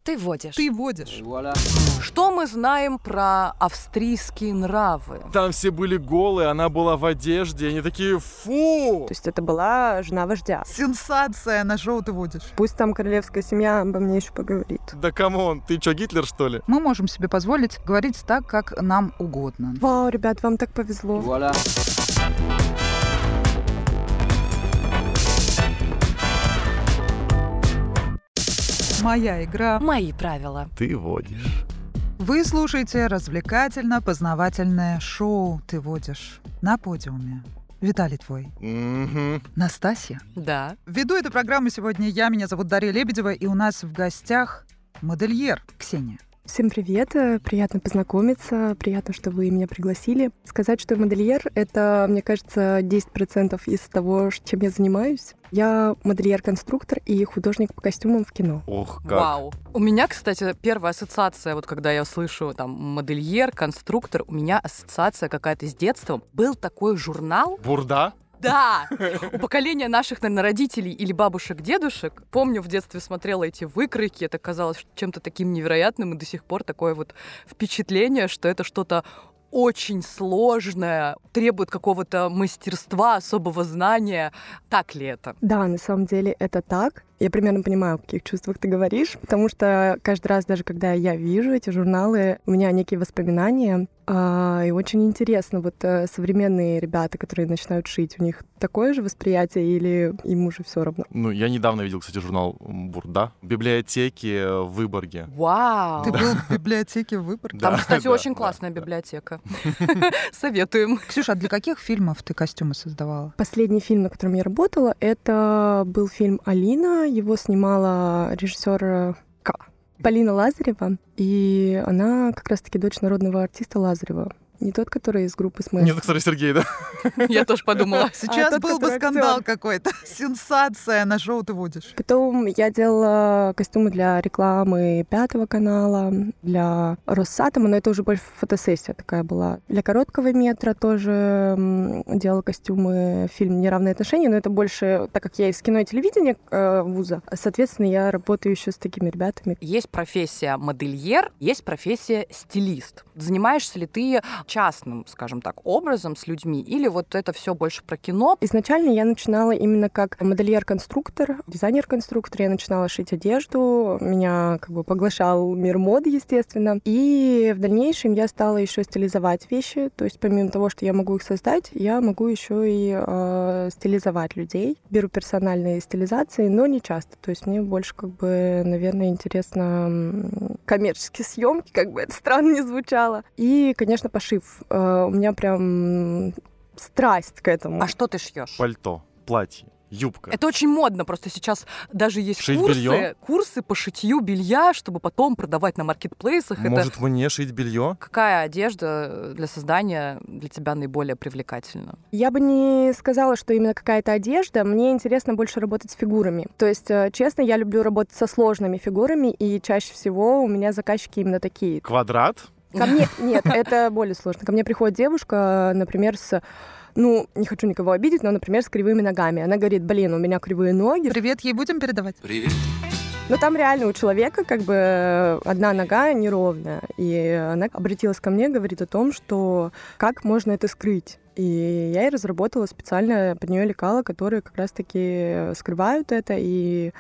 Ты водишь. Ты водишь. Что мы знаем про австрийские нравы? Там все были голые, она была в одежде, они такие фу! То есть это была жена вождя. Сенсация на шоу «Ты водишь». Пусть там королевская семья обо мне еще поговорит. Да камон, ты чё, Гитлер, что ли? Мы можем себе позволить говорить так, как нам угодно. Вау, ребят, вам так повезло. Моя игра. Мои правила. Ты водишь. Вы слушаете развлекательно-познавательное шоу «Ты водишь». На подиуме Виталий твой. Настасья. Да. Веду эту программу сегодня я. Меня зовут Дарья Лебедева. И у нас в гостях модельер Ксения. Всем привет, приятно познакомиться, приятно, что вы меня пригласили. Сказать, что я модельер, это, мне кажется, 10% из того, чем я занимаюсь. Я модельер-конструктор и художник по костюмам в кино. Ох, как. Вау. У меня, кстати, первая ассоциация, вот когда я слышу там модельер, конструктор, у меня ассоциация какая-то с детством. Был такой журнал. Бурда? Да! У поколения наших, наверное, родителей или бабушек-дедушек. Помню, в детстве смотрела эти выкройки, это казалось чем-то таким невероятным, и до сих пор такое вот впечатление, что это что-то очень сложное, требует какого-то мастерства, особого знания. Так ли это? Да, на самом деле это так. Я примерно понимаю, о каких чувствах ты говоришь, потому что каждый раз, даже когда я вижу эти журналы, у меня некие воспоминания. И очень интересно, вот современные ребята, которые начинают шить, у них такое же восприятие или им уже все равно? Ну, я недавно видел, кстати, журнал «Бурда» в библиотеке в Выборге. Вау! Ты был в библиотеке в Выборге? Там, кстати, Да, очень да, классная да. библиотека. Советуем. Ксюша, а для каких фильмов ты костюмы создавала? Последний фильм, на котором я работала, это был фильм «Алина». Его снимала режиссер Полина Лазарева, и она как раз-таки дочь народного артиста Лазарева. Не тот, который из группы Смэш. Нет, кстати, Сергей, да? Я тоже подумала. Сейчас тот, был бы который скандал актер. какой-то. Сенсация на шоу «Ты водишь». Потом я делала костюмы для рекламы Пятого канала, для Россатома, но это уже больше фотосессия такая была. Для короткого метра тоже делала костюмы в фильм «Неравные отношения», но это больше, так как я из кино и телевидения вуза, соответственно, я работаю еще с такими ребятами. Есть профессия модельер, есть профессия стилист. Занимаешься ли ты частным, скажем так, образом с людьми, или вот это все больше про кино? Изначально я начинала именно как модельер-конструктор, дизайнер-конструктор. Я начинала шить одежду, меня как бы поглощал мир моды, естественно. И в дальнейшем я стала еще стилизовать вещи. То есть помимо того, что я могу их создать, я могу еще и стилизовать людей. Беру персональные стилизации, но не часто. То есть мне больше как бы, наверное, интересно коммерческие съемки, как бы это странно не звучало. И, конечно, пошив. У меня прям страсть к этому. А что ты шьешь? Пальто, платье, юбка. Это очень модно, просто сейчас даже есть Шить белье? курсы по шитью белья, чтобы потом продавать на маркетплейсах. Может, мне шить белье? Какая одежда для создания для тебя наиболее привлекательна? Я бы не сказала, что именно какая-то одежда. Мне интересно больше работать с фигурами. То есть, честно, я люблю работать со сложными фигурами, и чаще всего у меня заказчики именно такие. Квадрат? Ко мне... Нет, это более сложно. Ко мне приходит девушка, например, не хочу никого обидеть, но, например, с кривыми ногами. Она говорит, у меня кривые ноги. Привет ей будем передавать? Привет. Но там реально у человека как бы одна нога неровная. И она обратилась ко мне, говорит о том, что как можно это скрыть. И я ей разработала специально под нее лекала, которые как раз-таки скрывают это, и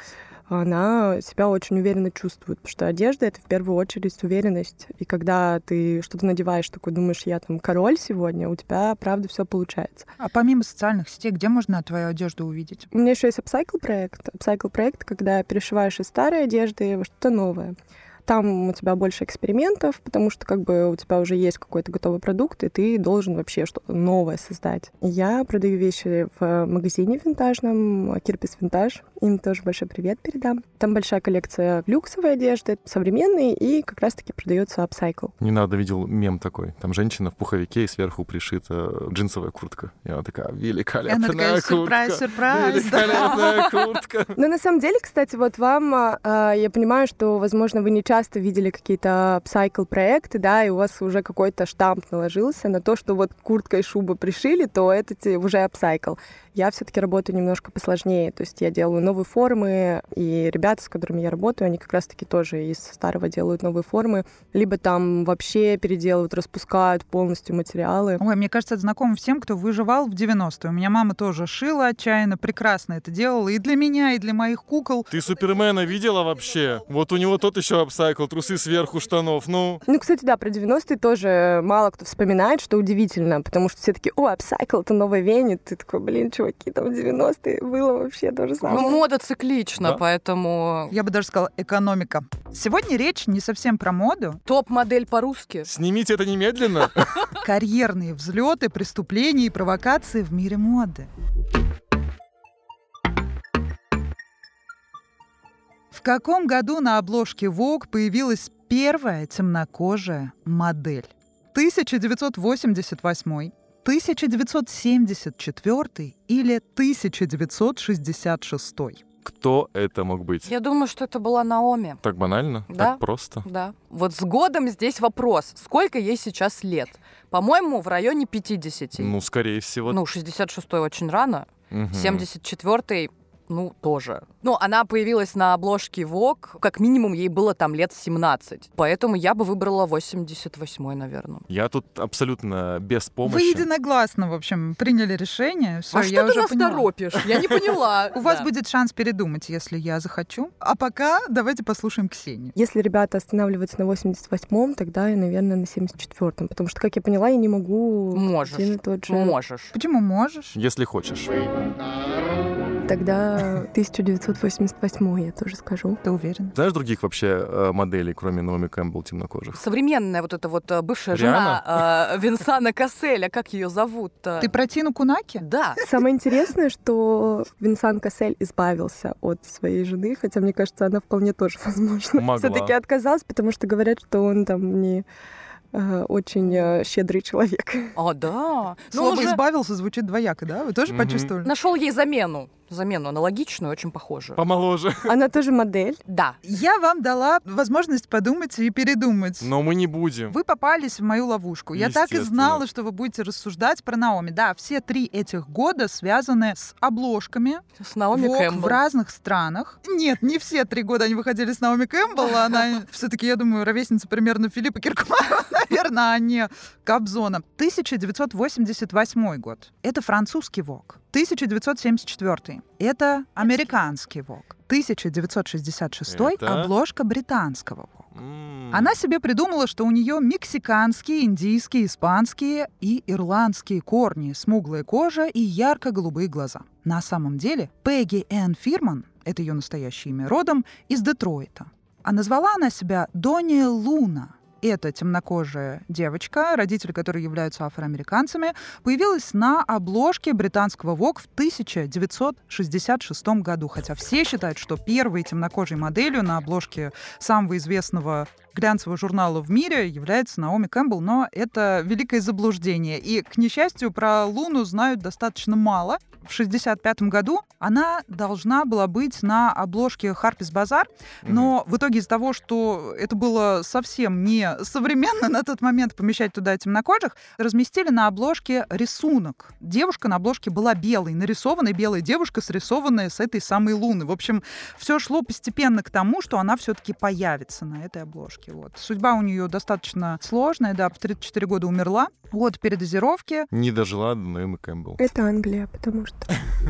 она себя очень уверенно чувствует, потому что одежда — это в первую очередь уверенность. И когда ты что-то надеваешь, такой думаешь, я там король сегодня, у тебя, правда, все получается. А помимо социальных сетей, где можно твою одежду увидеть? У меня еще есть апсайкл-проект. Апсайкл-проект, когда перешиваешь из старой одежды во что-то новое. Там у тебя больше экспериментов, потому что как бы у тебя уже есть какой-то готовый продукт, и ты должен вообще что-то новое создать. Я продаю вещи в магазине винтажном, Кирпис Винтаж. Им тоже большой привет передам. Там большая коллекция люксовой одежды, современной, и как раз-таки продается апсайкл. Недавно видел мем такой. Там женщина в пуховике, и сверху пришита джинсовая куртка. И она такая, великолепная куртка. Сюрприз. Великолепная куртка. Но на самом деле, кстати, вот вам, я понимаю, что, возможно, вы не часто видели какие-то апсайкл-проекты, да, и у вас уже какой-то штамп наложился на то, что вот куртка и шуба пришили, то это уже апсайкл. Я все-таки работаю немножко посложнее, то есть я делаю новые формы, и ребята, с которыми я работаю, они как раз-таки тоже из старого делают новые формы, либо там вообще переделывают, распускают полностью материалы. Ой, мне кажется, это знакомо всем, кто выживал в 90-е. У меня мама тоже шила отчаянно, прекрасно это делала и для меня, и для моих кукол. Ты Супермена видела вообще? Вот у него тот еще апсайкл, трусы сверху штанов, ну... Ну, кстати, да, про 90-е тоже мало кто вспоминает, что удивительно, потому что все таки: о, апсайкл, это новое веяние. Ты такой: блин, чуваки, там в 90-е было вообще то же самое. Ну, мода циклична, Да. поэтому... Я бы даже сказала, экономика. Сегодня речь не совсем про моду. Топ-модель по-русски. Снимите это немедленно. Карьерные взлеты, преступления и провокации в мире моды. В каком году на обложке Vogue появилась первая темнокожая модель? 1988, 1974 или 1966? Кто это мог быть? Я думаю, что это была Наоми. Так банально? Да. Так просто? Да. Вот с годом здесь вопрос. Сколько ей сейчас лет? По-моему, в районе 50. Ну, скорее всего. Ну, 66-й очень рано. Мгм. 74-й, ну, тоже. Ну, она появилась на обложке Vogue. Как минимум, ей было там лет 17. Поэтому я бы выбрала 88-й, наверное. Я тут абсолютно без Вы помощи. единогласно, в общем, приняли решение. Всё, А я что ты уже нас поняла. торопишь? Я не поняла. У вас Да. будет шанс передумать, если я захочу. А пока давайте послушаем Ксению. Если ребята останавливаются на 88-м, тогда я, наверное, на 74-м, потому что, как я поняла, я не могу Можешь. идти на тот же. Можешь. Почему можешь? Если хочешь. Тогда 1988 я тоже скажу. Ты уверен? Знаешь других вообще моделей, кроме Наоми Кэмпбелл, темнокожих? Современная вот эта вот бывшая жена Винсана Касселя, как ее зовут-то? Ты про Тину Кунаки? Да. Самое интересное, что Винсан Кассель избавился от своей жены, хотя, мне кажется, она вполне тоже, возможно, Могла. все-таки отказалась, потому что говорят, что он там не очень щедрый человек. А, да. Ну, Слово он уже «избавился» звучит двояко, да? Вы тоже Мгм. почувствовали? нашел ей замену аналогичную, очень похожую. Помоложе. Она тоже модель. Да. Я вам дала возможность подумать и передумать. Но мы не будем. Вы попались в мою ловушку. Я так и Естественно. знала, что вы будете рассуждать про Наоми. Да, все 3 этих года связаны с обложками С Наоми Vogue в Кэмпбелл. разных странах. Нет, не все 3 года они выходили с Наоми Кэмпбелл. Она все-таки, я думаю, ровесница примерно Филиппа Киркорова, наверное, а не Кобзона. 1988 год. Это французский Vogue. 1974. Это американский Vogue. 1966. Это? Обложка британского Vogue. М. Она себе придумала, что у нее мексиканские, индийские, испанские и ирландские корни, смуглая кожа и ярко-голубые глаза. На самом деле Пегги Энн Фирман, это ее настоящее имя, родом из Детройта. А назвала она себя Донни Луна. Эта темнокожая девочка, родители которой являются афроамериканцами, появилась на обложке британского Vogue в 1966 году. Хотя все считают, что первой темнокожей моделью на обложке самого известного глянцевого журнала в мире является Наоми Кэмпбелл, но это великое заблуждение. И, к несчастью, про Луну знают достаточно мало. В 1965 году она должна была быть на обложке Harper's Bazaar, но в итоге из-за того, что это было совсем не современно на тот момент помещать туда темнокожих, разместили на обложке рисунок. Девушка на обложке была белой, нарисованная белая девушка, срисованная с этой самой Луны. В общем, все шло постепенно к тому, что она все-таки появится на этой обложке. Вот. Судьба у нее достаточно сложная, да, в 34 года умерла от передозировки. Не дожила до Наоми Кэмпбелл. Это Англия, потому что...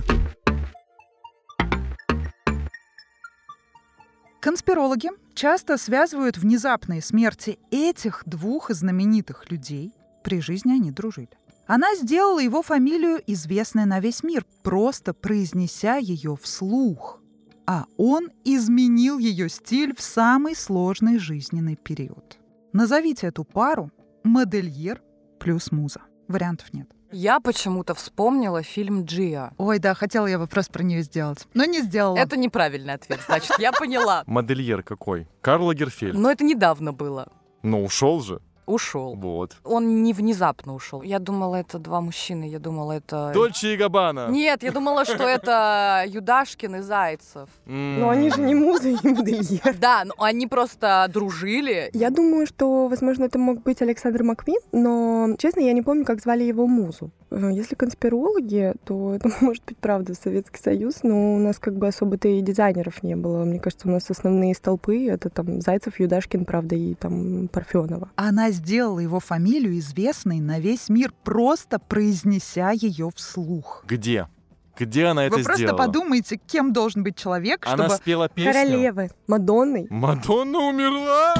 Конспирологи часто связывают внезапные смерти этих 2 знаменитых людей. При жизни они дружили. Она сделала его фамилию известной на весь мир, просто произнеся ее вслух. А он изменил ее стиль в самый сложный жизненный период. Назовите эту пару модельер плюс муза. Вариантов нет. Я почему-то вспомнила фильм «Джиа». Ой, да, хотела я вопрос про нее сделать, но не сделала. Это неправильный ответ, значит, я поняла. Модельер какой? Карл Лагерфельд. Но это недавно было. Но ушел же. Ушел. Вот. Он не внезапно ушел. Я думала, это 2 мужчины. Я думала, это... Дольче и Габбана. Нет, я думала, что это Юдашкин и Зайцев. Но они же не музы и модельер. Да, но они просто дружили. Я думаю, что, возможно, это мог быть Александр Маквин, но, честно, я не помню, как звали его музу. Если конспирологи, то это может быть правда Советский Союз, но у нас как бы особо-то и дизайнеров не было. Мне кажется, у нас основные столпы — это там Зайцев, Юдашкин, правда, и там Парфенова. Она сделала его фамилию известной на весь мир, просто произнеся ее вслух. Где? Где она это сделала? Вы просто подумайте, кем должен быть человек, Она чтобы... спела песню? Королевы, Мадонной. Мадонна умерла?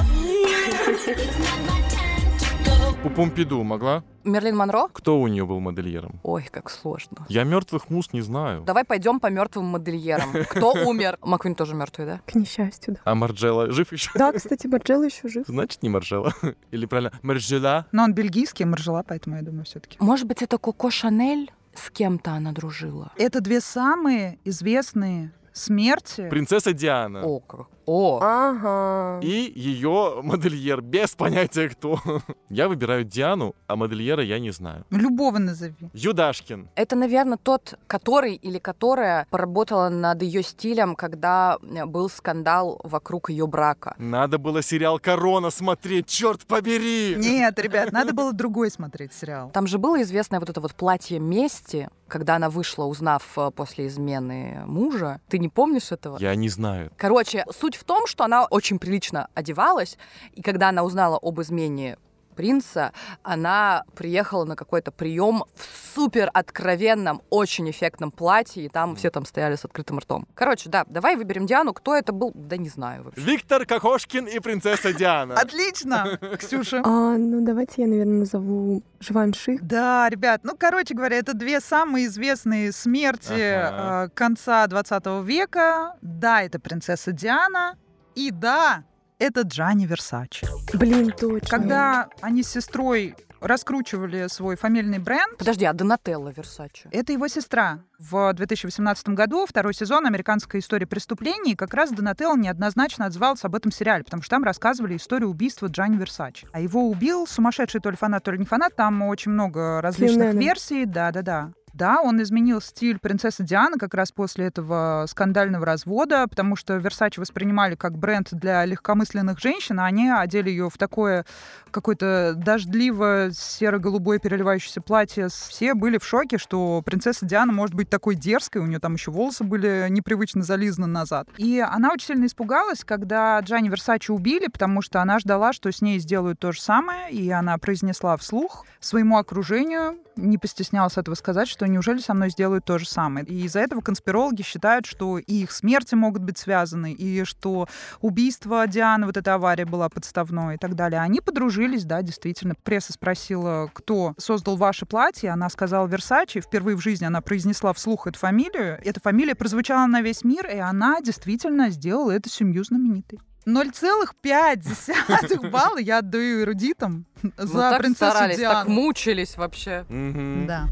У Помпиду могла? Мерлин Монро? Кто у нее был модельером? Ой, как сложно. Я мертвых муз не знаю. Давай пойдем по мертвым модельерам. Кто умер? Маквин тоже мертвый, да? К несчастью, да. А Марджелла жив еще? Да, кстати, Марджелла еще жив. Значит, не Марджелла. Или правильно, Марджелла? Но он бельгийский, Маржела, поэтому я думаю, все-таки. Может быть, это Коко Шанель? С кем-то она дружила. Это две самые известные смерти. Принцесса Диана. О, как. О. Ага. И ее модельер, без понятия кто. Я выбираю Диану, а модельера я не знаю. Любого назови. Юдашкин. Это, наверное, тот, который или которая поработала над ее стилем, когда был скандал вокруг ее брака. Надо было сериал «Корона» смотреть, черт побери! Нет, ребят, надо было другой смотреть сериал. Там же было известное вот это вот платье мести, когда она вышла, узнав после измены мужа. Ты не помнишь этого? Я не знаю. Короче, суть в том, что она очень прилично одевалась, и когда она узнала об измене принца, она приехала на какой-то прием в супер откровенном, очень эффектном платье, и там все там стояли с открытым ртом. Короче, да, давай выберем Диану. Кто это был? Да не знаю вообще. Виктор Кокошкин и принцесса Диана. Отлично, Ксюша. Ну, давайте я, наверное, назову Живанши. Да, ребят, короче говоря, это две самые известные смерти конца 20 века. Да, это принцесса Диана. И да, это Джанни Версаче. Блин, точно. Когда они с сестрой раскручивали свой фамильный бренд... Подожди, а Донателло Версаче? Это его сестра. В 2018 году второй сезон «Американской истории преступлений», как раз Донателло неоднозначно отзывался об этом сериале, потому что там рассказывали историю убийства Джанни Версаче. А его убил сумасшедший то ли фанат, то ли не фанат. Там очень много различных версий. Да-да-да. Да, он изменил стиль принцессы Дианы как раз после этого скандального развода, потому что Версаче воспринимали как бренд для легкомысленных женщин, а они одели ее в такое какое-то дождливое серо-голубое переливающееся платье. Все были в шоке, что принцесса Диана может быть такой дерзкой, у нее там еще волосы были непривычно зализаны назад. И она очень сильно испугалась, когда Джанни Версаче убили, потому что она ждала, что с ней сделают то же самое, и она произнесла вслух своему окружению, не постеснялась этого сказать, что неужели со мной сделают то же самое. И из-за этого конспирологи считают, что и их смерти могут быть связаны, и что убийство Дианы, вот эта авария была подставной и так далее. Они подружились, да, действительно. Пресса спросила, кто создал ваше платье. Она сказала Версаче. Впервые в жизни она произнесла вслух эту фамилию. Эта фамилия прозвучала на весь мир, и она действительно сделала эту семью знаменитой. 0,5 балла я отдаю эрудитам за так принцессу старались, Диану. так мучились вообще. Да.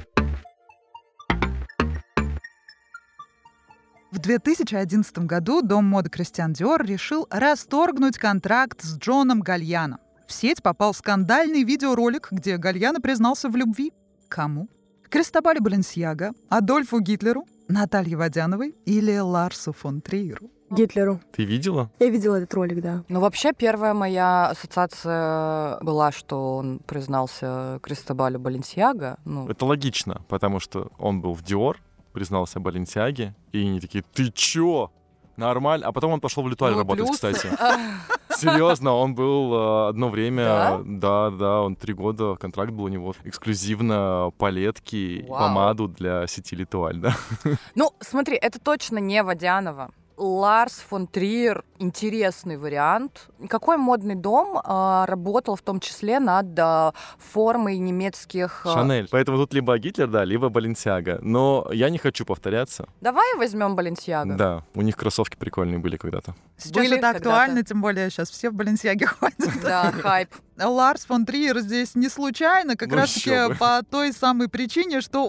В 2011 году дом моды Кристиан Диор решил расторгнуть контракт с Джоном Гальяно. В сеть попал скандальный видеоролик, где Гальяно признался в любви. Кому? Кристобалю Баленсиаго, Адольфу Гитлеру, Наталье Водяновой или Ларсу фон Триеру. Гитлеру. Ты видела? Я видела этот ролик, да. Ну, вообще, первая моя ассоциация была, что он признался Кристобалю Баленсиаго. Это логично, потому что он был в Диор, признался Баленсиаге, и они такие: ты чё? Нормально. А потом он пошел в Летуаль работать, кстати. Серьезно, он был одно время... Да, он 3 года, контракт был у него. Эксклюзивно палетки, помаду для сети Летуаль, да. Ну, смотри, это точно не Водянова. Ларс фон Триер — интересный вариант. Какой модный дом работал в том числе над формой немецких... Шанель. Поэтому тут либо Гитлер, да, либо Баленсиаго. Но я не хочу повторяться. Давай возьмем Баленсиаго. Да, у них кроссовки прикольные были когда-то. Сейчас Были это актуально, когда-то. тем более сейчас все в Баленсиаге ходят. Да, хайп. Ларс фон Триер здесь не случайно, как раз-таки по той самой причине, что он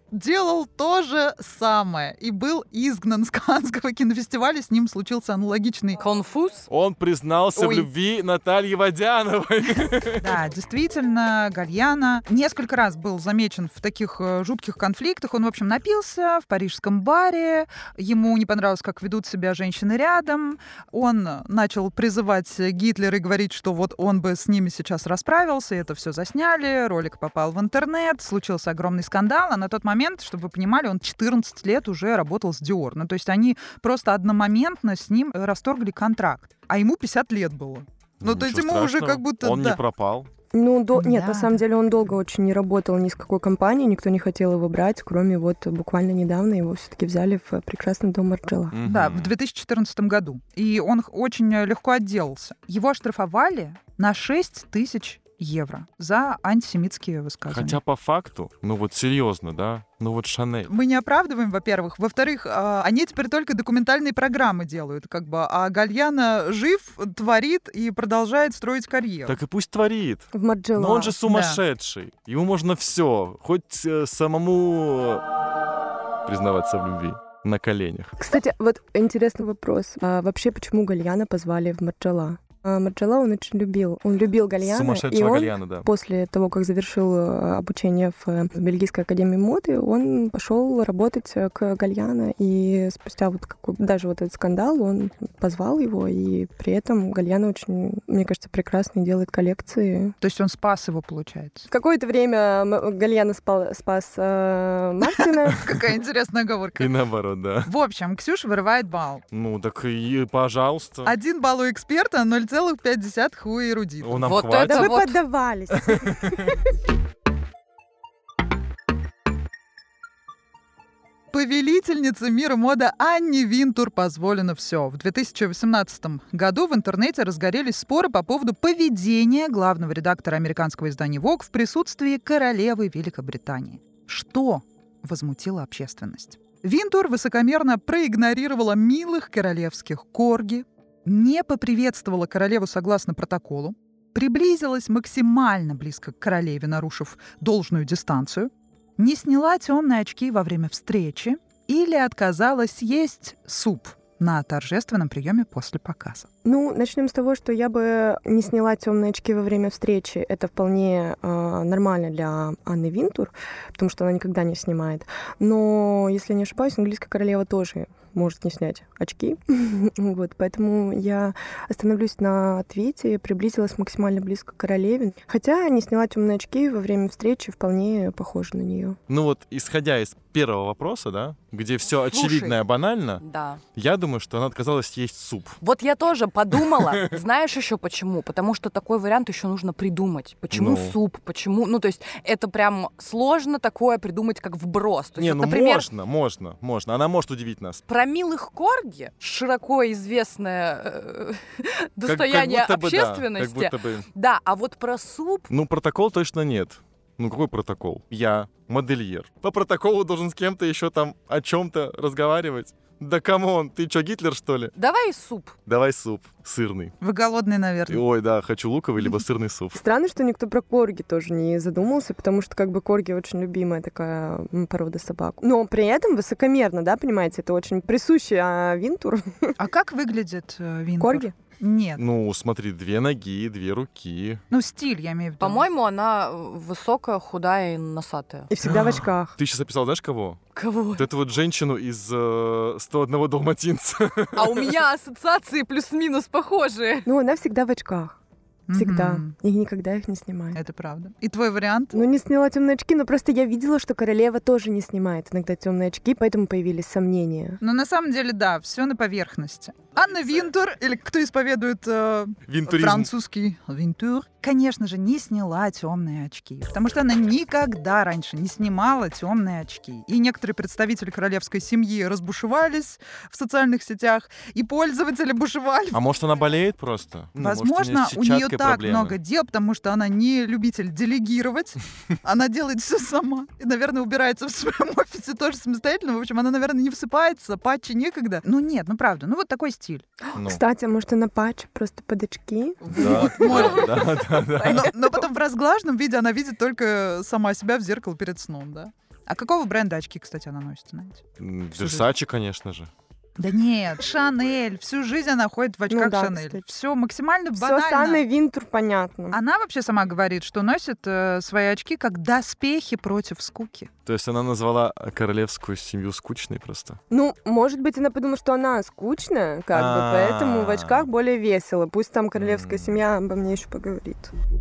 делал то же самое и был изгнан с Каннского кинофестиваля. С ним случился аналогичный конфуз. Он признался в любви Натальи Водяновой. Да, действительно, Гальяно несколько раз был замечен в таких жутких конфликтах. Он, в общем, напился в парижском баре. Ему не понравилось, как ведут себя женщины рядом. Он начал призывать Гитлера и говорить, что вот он бы с ними сейчас расправился. И это все засняли. Ролик попал в интернет. Случился огромный скандал. А на тот момент, чтобы вы понимали, он 14 лет уже работал с Dior. Ну, то есть они просто одномоментно с ним расторгли контракт. А ему 50 лет было. Ну, то есть ему уже как будто... Он не пропал. Ну, нет, на самом деле он долго очень не работал ни с какой компанией, никто не хотел его брать, кроме вот буквально недавно его все-таки взяли в прекрасный дом Марджелла. Да, в 2014 году. И он очень легко отделался. Его оштрафовали на 6 тысяч евро за антисемитские высказывания. Хотя по факту, ну вот серьезно, да? Ну вот Шанель. Мы не оправдываем, во-первых. Во-вторых, они теперь только документальные программы делают, как бы, а Гальяно жив, творит и продолжает строить карьеру. Так и пусть творит. В Марджелла. Но он же сумасшедший. Да. Ему можно все, хоть самому признаваться в любви на коленях. Кстати, вот интересный вопрос. А вообще, почему Гальяно позвали в Марджелла? Марджелла он очень любил. Он любил Гальяно. Сумасшедшего Гальяно, да. После того, как завершил обучение в Бельгийской академии моды, он пошел работать к Гальяно. И спустя вот даже вот этот скандал, он позвал его. И при этом Гальяно очень, мне кажется, прекрасно делает коллекции. То есть он спас его, получается? Какое-то время Гальяно спас Мартина. Какая интересная оговорка. И наоборот, да. В общем, Ксюша вырывает балл. Ну, так и пожалуйста. 1 балл у эксперта, 0,5 у эрудита. Нам вот хватит. это вы поддавались. Повелительнице мира моды Анне Винтур позволено все. В 2018 году в интернете разгорелись споры по поводу поведения главного редактора американского издания Vogue в присутствии королевы Великобритании. Что возмутило общественность? Винтур высокомерно проигнорировала милых королевских корги, не поприветствовала королеву согласно протоколу, приблизилась максимально близко к королеве, нарушив должную дистанцию, не сняла темные очки во время встречи или отказалась есть суп на торжественном приеме после показа. Ну, начнем с того, что я бы не сняла темные очки во время встречи. Это вполне нормально для Анны Винтур, потому что она никогда не снимает. Но, если не ошибаюсь, английская королева тоже может не снять очки. Вот, поэтому я остановлюсь на ответе, приблизилась максимально близко к королеве. Хотя не сняла темные очки во время встречи, вполне похожа на нее. Ну вот, исходя из первого вопроса, да, где все очевидно и банально, да. Я думаю, что она отказалась есть суп. Вот я тоже подумала. Знаешь еще почему? Потому что такой вариант еще нужно придумать. Почему суп? Почему? Ну, то есть это прям сложно такое придумать, как вброс. То есть, не, вот, ну например, можно. Она может удивить нас. Про милых корги, широко известное достояние как будто бы, общественности. Да, как будто бы. Да, а вот про суп... Ну, протокол точно нет. Ну, какой протокол? Я модельер. По протоколу должен с кем-то еще там о чем-то разговаривать. Да камон, ты что, Гитлер, что ли? Давай суп. Давай суп, сырный. Вы голодный, наверное. Ой, да, хочу луковый, либо сырный суп. Странно, что никто про корги тоже не задумался, потому что как бы корги очень любимая такая порода собак. Но при этом высокомерно, да, понимаете, это очень присуще Винтур. А как выглядит Винтур? Корги? Нет. Ну, смотри, 2 ноги, 2 руки. Ну, стиль, я имею в виду. По-моему, она высокая, худая и носатая. И всегда в очках. Ты сейчас описал, знаешь, кого? Кого? Вот эту вот женщину из 101 Далматинца. А у меня ассоциации плюс-минус похожие. Ну, она всегда в очках. Всегда. Мгм. И никогда их не снимает. Это правда. И твой вариант? Ну, не сняла темные очки, но просто я видела, что королева тоже не снимает иногда темные очки, поэтому появились сомнения. Но на самом деле, да, все на поверхности. Анна Винтур, или кто исповедует Винтуризм. французский Винтур, конечно же, не сняла темные очки. Потому что она никогда раньше не снимала темные очки. И некоторые представители королевской семьи разбушевались в социальных сетях, и пользователи бушевали. А может, она болеет просто? Ну, может, Возможно, у нее сетчаткой так проблемы. много дел, потому что она не любитель делегировать. Она делает все сама. И, наверное, убирается в своем офисе тоже самостоятельно. В общем, она, наверное, не всыпается, патчи некогда. Ну нет, ну правда, ну вот такой стиль. Ну, Кстати, может, она патч просто под очки? да, да. Но потом в разглаженном виде она видит только сама себя в зеркало перед сном, да? А какого бренда очки, кстати, она носит, знаете? Версачи, конечно же. Да нет, Шанель. Всю жизнь она ходит в очках Шанель. Все максимально банально. Все с Анной Винтур понятно. Она вообще сама говорит, что носит свои очки как доспехи против скуки. То есть она назвала королевскую семью скучной просто? Ну, может быть, она подумала, что она скучная, как бы, поэтому в очках более весело. Пусть там королевская семья обо мне еще поговорит.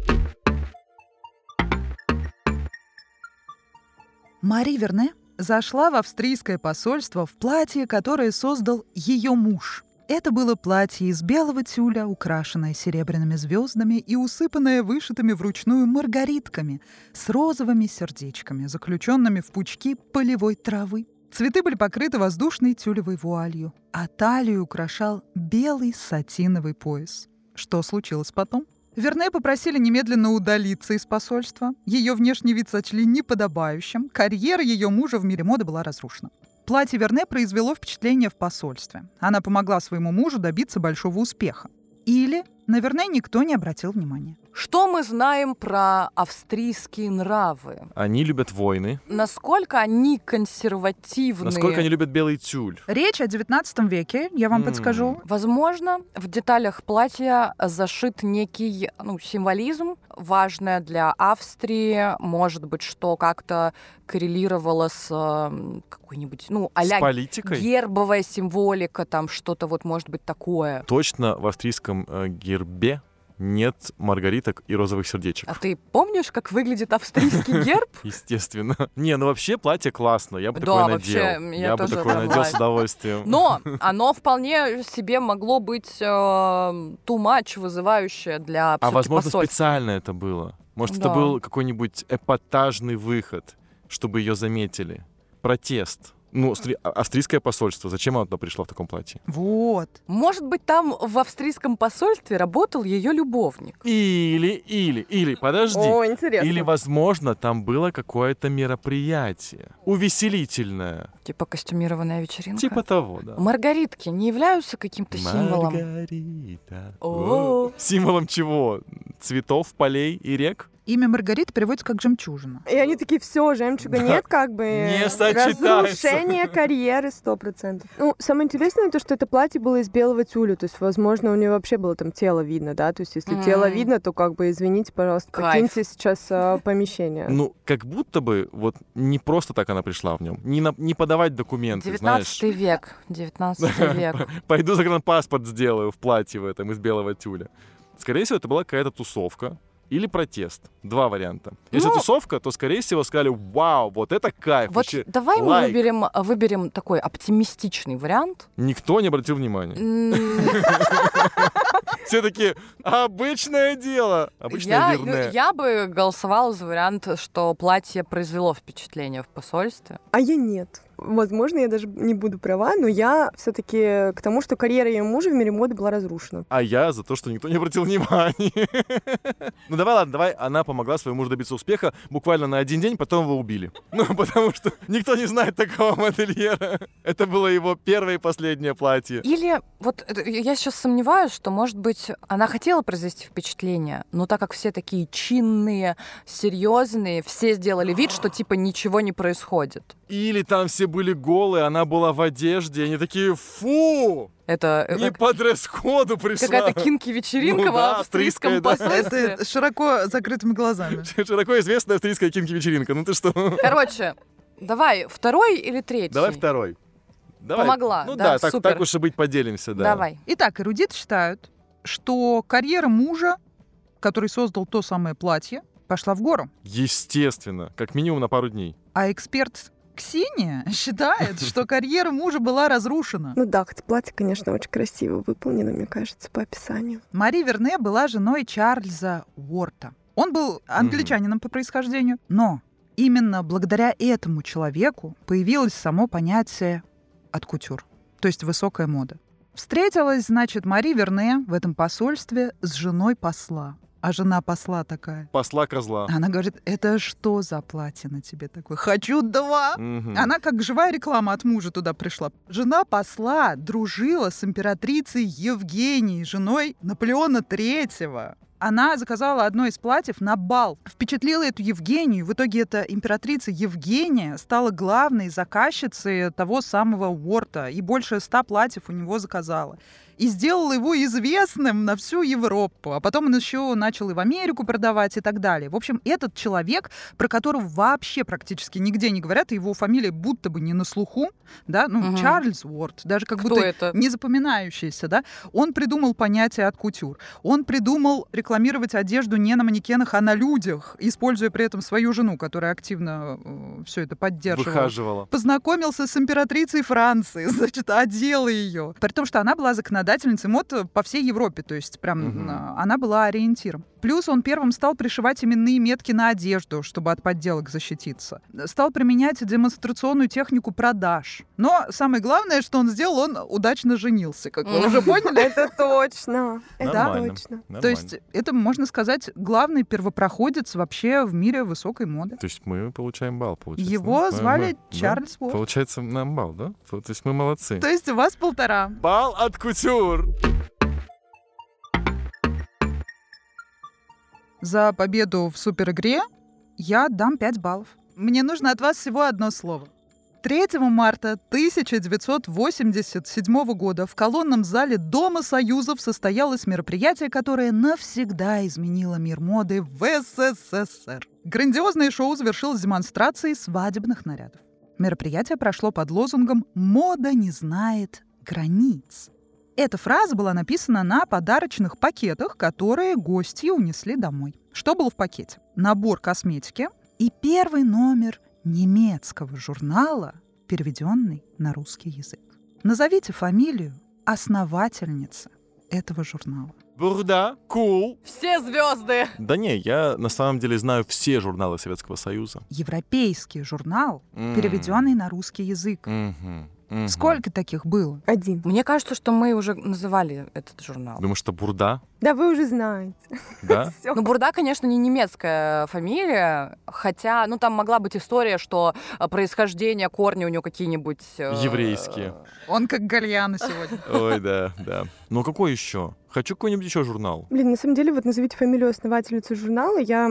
Мари Верне зашла в австрийское посольство в платье, которое создал ее муж. Это было платье из белого тюля, украшенное серебряными звездами и усыпанное вышитыми вручную маргаритками с розовыми сердечками, заключенными в пучки полевой травы. Цветы были покрыты воздушной тюлевой вуалью, а талию украшал белый сатиновый пояс. Что случилось потом? Верне попросили немедленно удалиться из посольства. Ее внешний вид сочли неподобающим. Карьера ее мужа в мире моды была разрушена. Платье Верне произвело впечатление в посольстве. Она помогла своему мужу добиться большого успеха. Или на Верне никто не обратил внимания. Что мы знаем про австрийские нравы? Они любят войны. Насколько они консервативные? Насколько они любят белый тюль? Речь о 19 веке, я вам подскажу. Возможно, в деталях платья зашит некий символизм, важное для Австрии, может быть, что как-то коррелировало с какой-нибудь, а-ля с политикой? Гербовая символика, там что-то вот может быть такое. Точно в австрийском гербе нет маргариток и розовых сердечек. А ты помнишь, как выглядит австрийский герб? Естественно. Не, вообще платье классно, я бы такое надел. Я бы такое надел с удовольствием. Но оно вполне себе могло быть too much, вызывающее для А возможно, посольства. специально это было. Может, это был какой-нибудь эпатажный выход, чтобы ее заметили. Протест. Австрийское посольство. Зачем она туда пришла в таком платье? Вот. Может быть, там в австрийском посольстве работал ее любовник. Или, подожди. О, интересно. Или, возможно, там было какое-то мероприятие. Увеселительное. Типа костюмированная вечеринка? Типа того, да. Маргаритки не являются каким-то символом? Маргарита. О. Символом чего? Цветов, полей и рек? Имя Маргарита переводится как «жемчужина». И они такие, все, жемчуга нет, как бы... Не сочетается. Разрушение карьеры 100%. Самое интересное то, что это платье было из белого тюля, то есть, возможно, у нее вообще было там тело видно, да, то есть, если тело видно, то как бы, извините, пожалуйста, покиньте сейчас помещение. Как будто бы вот не просто так она пришла в нем, не подавать документы, 19 век. Пойду загранпаспорт сделаю в платье в этом из белого тюля. Скорее всего, это была какая-то тусовка. Или протест. Два варианта. Если тусовка, то, скорее всего, сказали, вау, вот это кайф. Вот давай мы выберем такой оптимистичный вариант. Никто не обратил внимания. Все такие, обычное дело. Обычное Верне. Я бы голосовала за вариант, что платье произвело впечатление в посольстве. А я нет. Возможно, я даже не буду права, но я все-таки к тому, что карьера ее мужа в мире моды была разрушена. А я за то, что никто не обратил внимания. Давай, она помогла своему мужу добиться успеха буквально на один день, потом его убили. Потому что никто не знает такого модельера. Это было его первое и последнее платье. Или, я сейчас сомневаюсь, что, может быть, она хотела произвести впечатление, но так как все такие чинные, серьезные, все сделали вид, что типа ничего не происходит. Или там все были голые, она была в одежде, и они такие, фу! Это не по дресс-коду пришла. Какая-то кинки-вечеринка в австрийском посольстве. Это широко закрытыми глазами. Широко известная австрийская кинки-вечеринка. Ну ты что? Короче, давай второй или третий? Давай второй. Помогла, да, супер. Так уж и быть, поделимся, да. Давай. Итак, эрудиты считают, что карьера мужа, который создал то самое платье, пошла в гору. Естественно, как минимум на пару дней. А эксперт Ксения считает, что карьера мужа была разрушена. Хоть платье, конечно, очень красиво выполнено, мне кажется, по описанию. Мари Верне была женой Чарльза Уорта. Он был англичанином по происхождению, но именно благодаря этому человеку появилось само понятие «от-кутюр», то есть высокая мода. Встретилась, значит, Мари Верне в этом посольстве с женой посла. А жена посла такая. Посла козла. Она говорит, это что за платье на тебе такое? Хочу два. Она как живая реклама от мужа туда пришла. Жена посла дружила с императрицей Евгенией, женой Наполеона III. Она заказала одно из платьев на бал. Впечатлила эту Евгению. В итоге эта императрица Евгения стала главной заказчицей того самого Уорта. И больше 100 платьев у него заказала. И сделала его известным на всю Европу. А потом он еще начал и в Америку продавать и так далее. В общем, этот человек, про которого вообще практически нигде не говорят, и его фамилия будто бы не на слуху, да, Чарльз Уорт, даже как будто не запоминающийся, да, он придумал понятие от кутюр. Он придумал рекламировать одежду не на манекенах, а на людях, используя при этом свою жену, которая активно все это поддерживала. Выхаживала. Познакомился с императрицей Франции, значит, одела ее. При том, что она была законодательницей мод по всей Европе, то есть прям она была ориентиром. Плюс он первым стал пришивать именные метки на одежду, чтобы от подделок защититься. Стал применять демонстрационную технику продаж. Но самое главное, что он сделал, он удачно женился, как вы уже поняли. Это точно. Это точно. То есть это, можно сказать, главный первопроходец вообще в мире высокой моды. То есть мы получаем балл, получается. Его звали Чарльз Уорт. Получается, нам балл, да? То есть мы молодцы. То есть у вас 1,5. Балл от кутюр! За победу в суперигре я дам 5 баллов. Мне нужно от вас всего одно слово. 3 марта 1987 года в колонном зале Дома Союзов состоялось мероприятие, которое навсегда изменило мир моды в СССР. Грандиозное шоу завершилось демонстрацией свадебных нарядов. Мероприятие прошло под лозунгом «Мода не знает границ». Эта фраза была написана на подарочных пакетах, которые гости унесли домой. Что было в пакете? Набор косметики и первый номер немецкого журнала, переведенный на русский язык. Назовите фамилию основательницы этого журнала. Бурда, кул. Все звезды. Да не, я на самом деле знаю все журналы Советского Союза. Европейский журнал, переведенный на русский язык. Сколько таких было? 1. Мне кажется, что мы уже называли этот журнал. Думаю, что Бурда, Да вы уже знаете. да? Всё. Ну, Бурда, конечно, не немецкая фамилия, хотя, там могла быть история, что происхождение, корни у него какие-нибудь... Еврейские. Он как Гальяна сегодня. Ой, да. Ну, какой еще? Хочу какой-нибудь еще журнал. Блин, на самом деле, вот назовите фамилию основательницы журнала. Я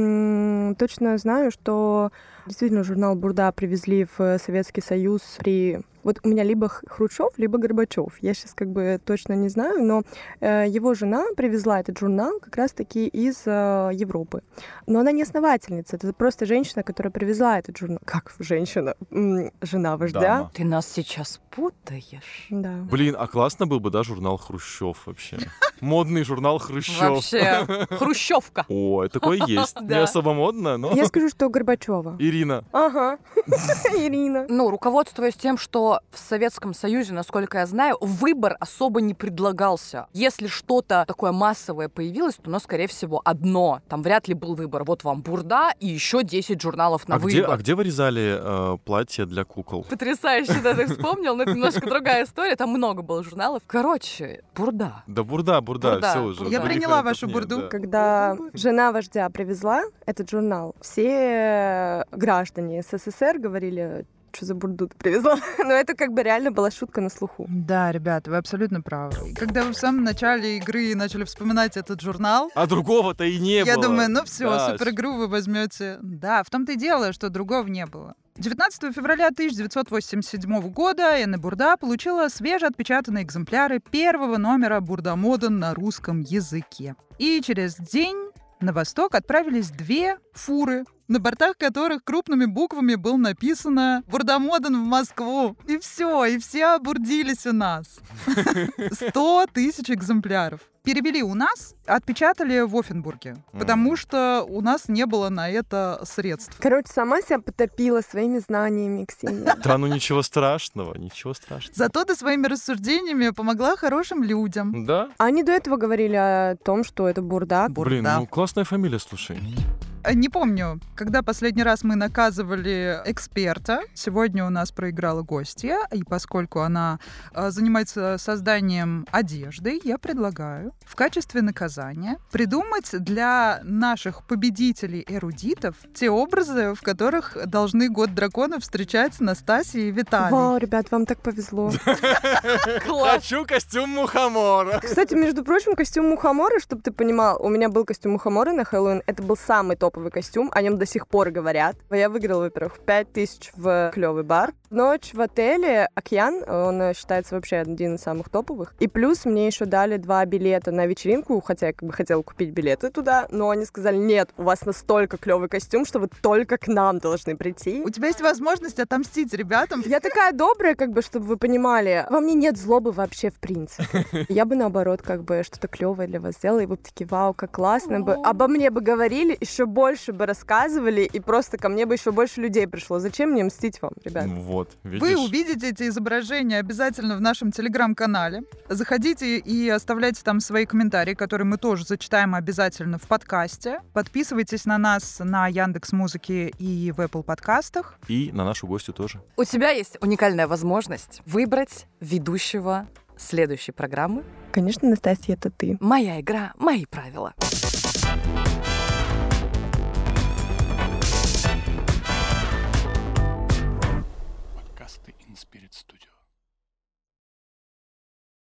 точно знаю, что действительно журнал «Бурда» привезли в Советский Союз при... Вот у меня либо Хрущев, либо Горбачев. Я сейчас точно не знаю, но его жена привезла этот журнал как раз-таки из Европы. Но она не основательница, это просто женщина, которая привезла этот журнал. Как женщина? Жена вождя. Дама. Ты нас сейчас путаешь. Да. Блин, а классно был бы, да, журнал «Хрущев» вообще. Модный журнал «Хрущев». Вообще, хрущевка. О, такое есть. Не особо модно, но... Я скажу, что Горбачева. Ирина. Ага. Ирина. Руководствуясь тем, что в Советском Союзе, насколько я знаю, выбор особо не предлагался. Если что-то такое массовое появилось, то, скорее всего, одно. Там вряд ли был выбор. Вот вам Бурда и еще 10 журналов на выбор. А где вырезали платья для кукол? Потрясающе, да, ты вспомнил, но это немножко другая история. Там много было журналов. Короче, Бурда. Да, Бурда, все уже. Я приняла вашу Бурду. Да. Когда жена вождя привезла этот журнал, все граждане СССР говорили, что за бурду ты привезла. Но это реально была шутка на слуху. Да, ребята, вы абсолютно правы. И когда вы в самом начале игры начали вспоминать этот журнал, А другого-то и не было. я думаю, все, Да. суперигру вы возьмете. Да, в том-то и дело, что другого не было. 19 февраля 1987 года Энна Бурда получила свежеотпечатанные экземпляры первого номера «Бурда Моден» на русском языке. И через день на восток отправились 2 фуры, на бортах которых крупными буквами было написано «Бурда Моден в Москву». И все, и все обурдились у нас. 100 тысяч экземпляров. Перевели у нас, отпечатали в Оффенбурге, потому что у нас не было на это средств. Короче, сама себя потопила своими знаниями, Ксения. Да, ничего страшного, ничего страшного. Зато ты своими рассуждениями помогла хорошим людям. Да? Они до этого говорили о том, что это бурда. Блин, классная фамилия, слушай. Не помню, когда последний раз мы наказывали эксперта. Сегодня у нас проиграла гостья, и поскольку она занимается созданием одежды, я предлагаю в качестве наказания придумать для наших победителей-эрудитов те образы, в которых должны год дракона встречать Настасья и Виталий. Вау, ребят, вам так повезло. Хочу костюм мухомора. Кстати, между прочим, костюм мухомора, чтобы ты понимал, у меня был костюм мухомора на Хэллоуин. Это был самый топовый костюм, о нем до сих пор говорят. Я выиграла, во-первых, 5000 в клевый бар. Ночь в отеле Океан, он считается вообще один из самых топовых. И плюс мне еще дали 2 билета на вечеринку, хотя я как бы хотела купить билеты туда, но они сказали, нет, у вас настолько клевый костюм, что вы только к нам должны прийти. У тебя есть возможность отомстить ребятам. Я такая добрая, как бы, чтобы вы понимали, во мне нет злобы вообще в принципе. Я бы наоборот как бы что-то клевое для вас сделала, и вы бы такие, вау, как классно бы. Обо мне бы говорили, еще больше бы рассказывали, и просто ко мне бы еще больше людей пришло. Зачем мне мстить вам, ребят? Вот, видишь? Вы увидите эти изображения обязательно в нашем телеграм-канале. Заходите и оставляйте там свои комментарии, которые мы тоже зачитаем обязательно в подкасте. Подписывайтесь на нас на Яндекс.Музыке и в Apple подкастах. И на нашу гостью тоже. У тебя есть уникальная возможность выбрать ведущего следующей программы. Конечно, Настасья, это ты. Моя игра, мои правила.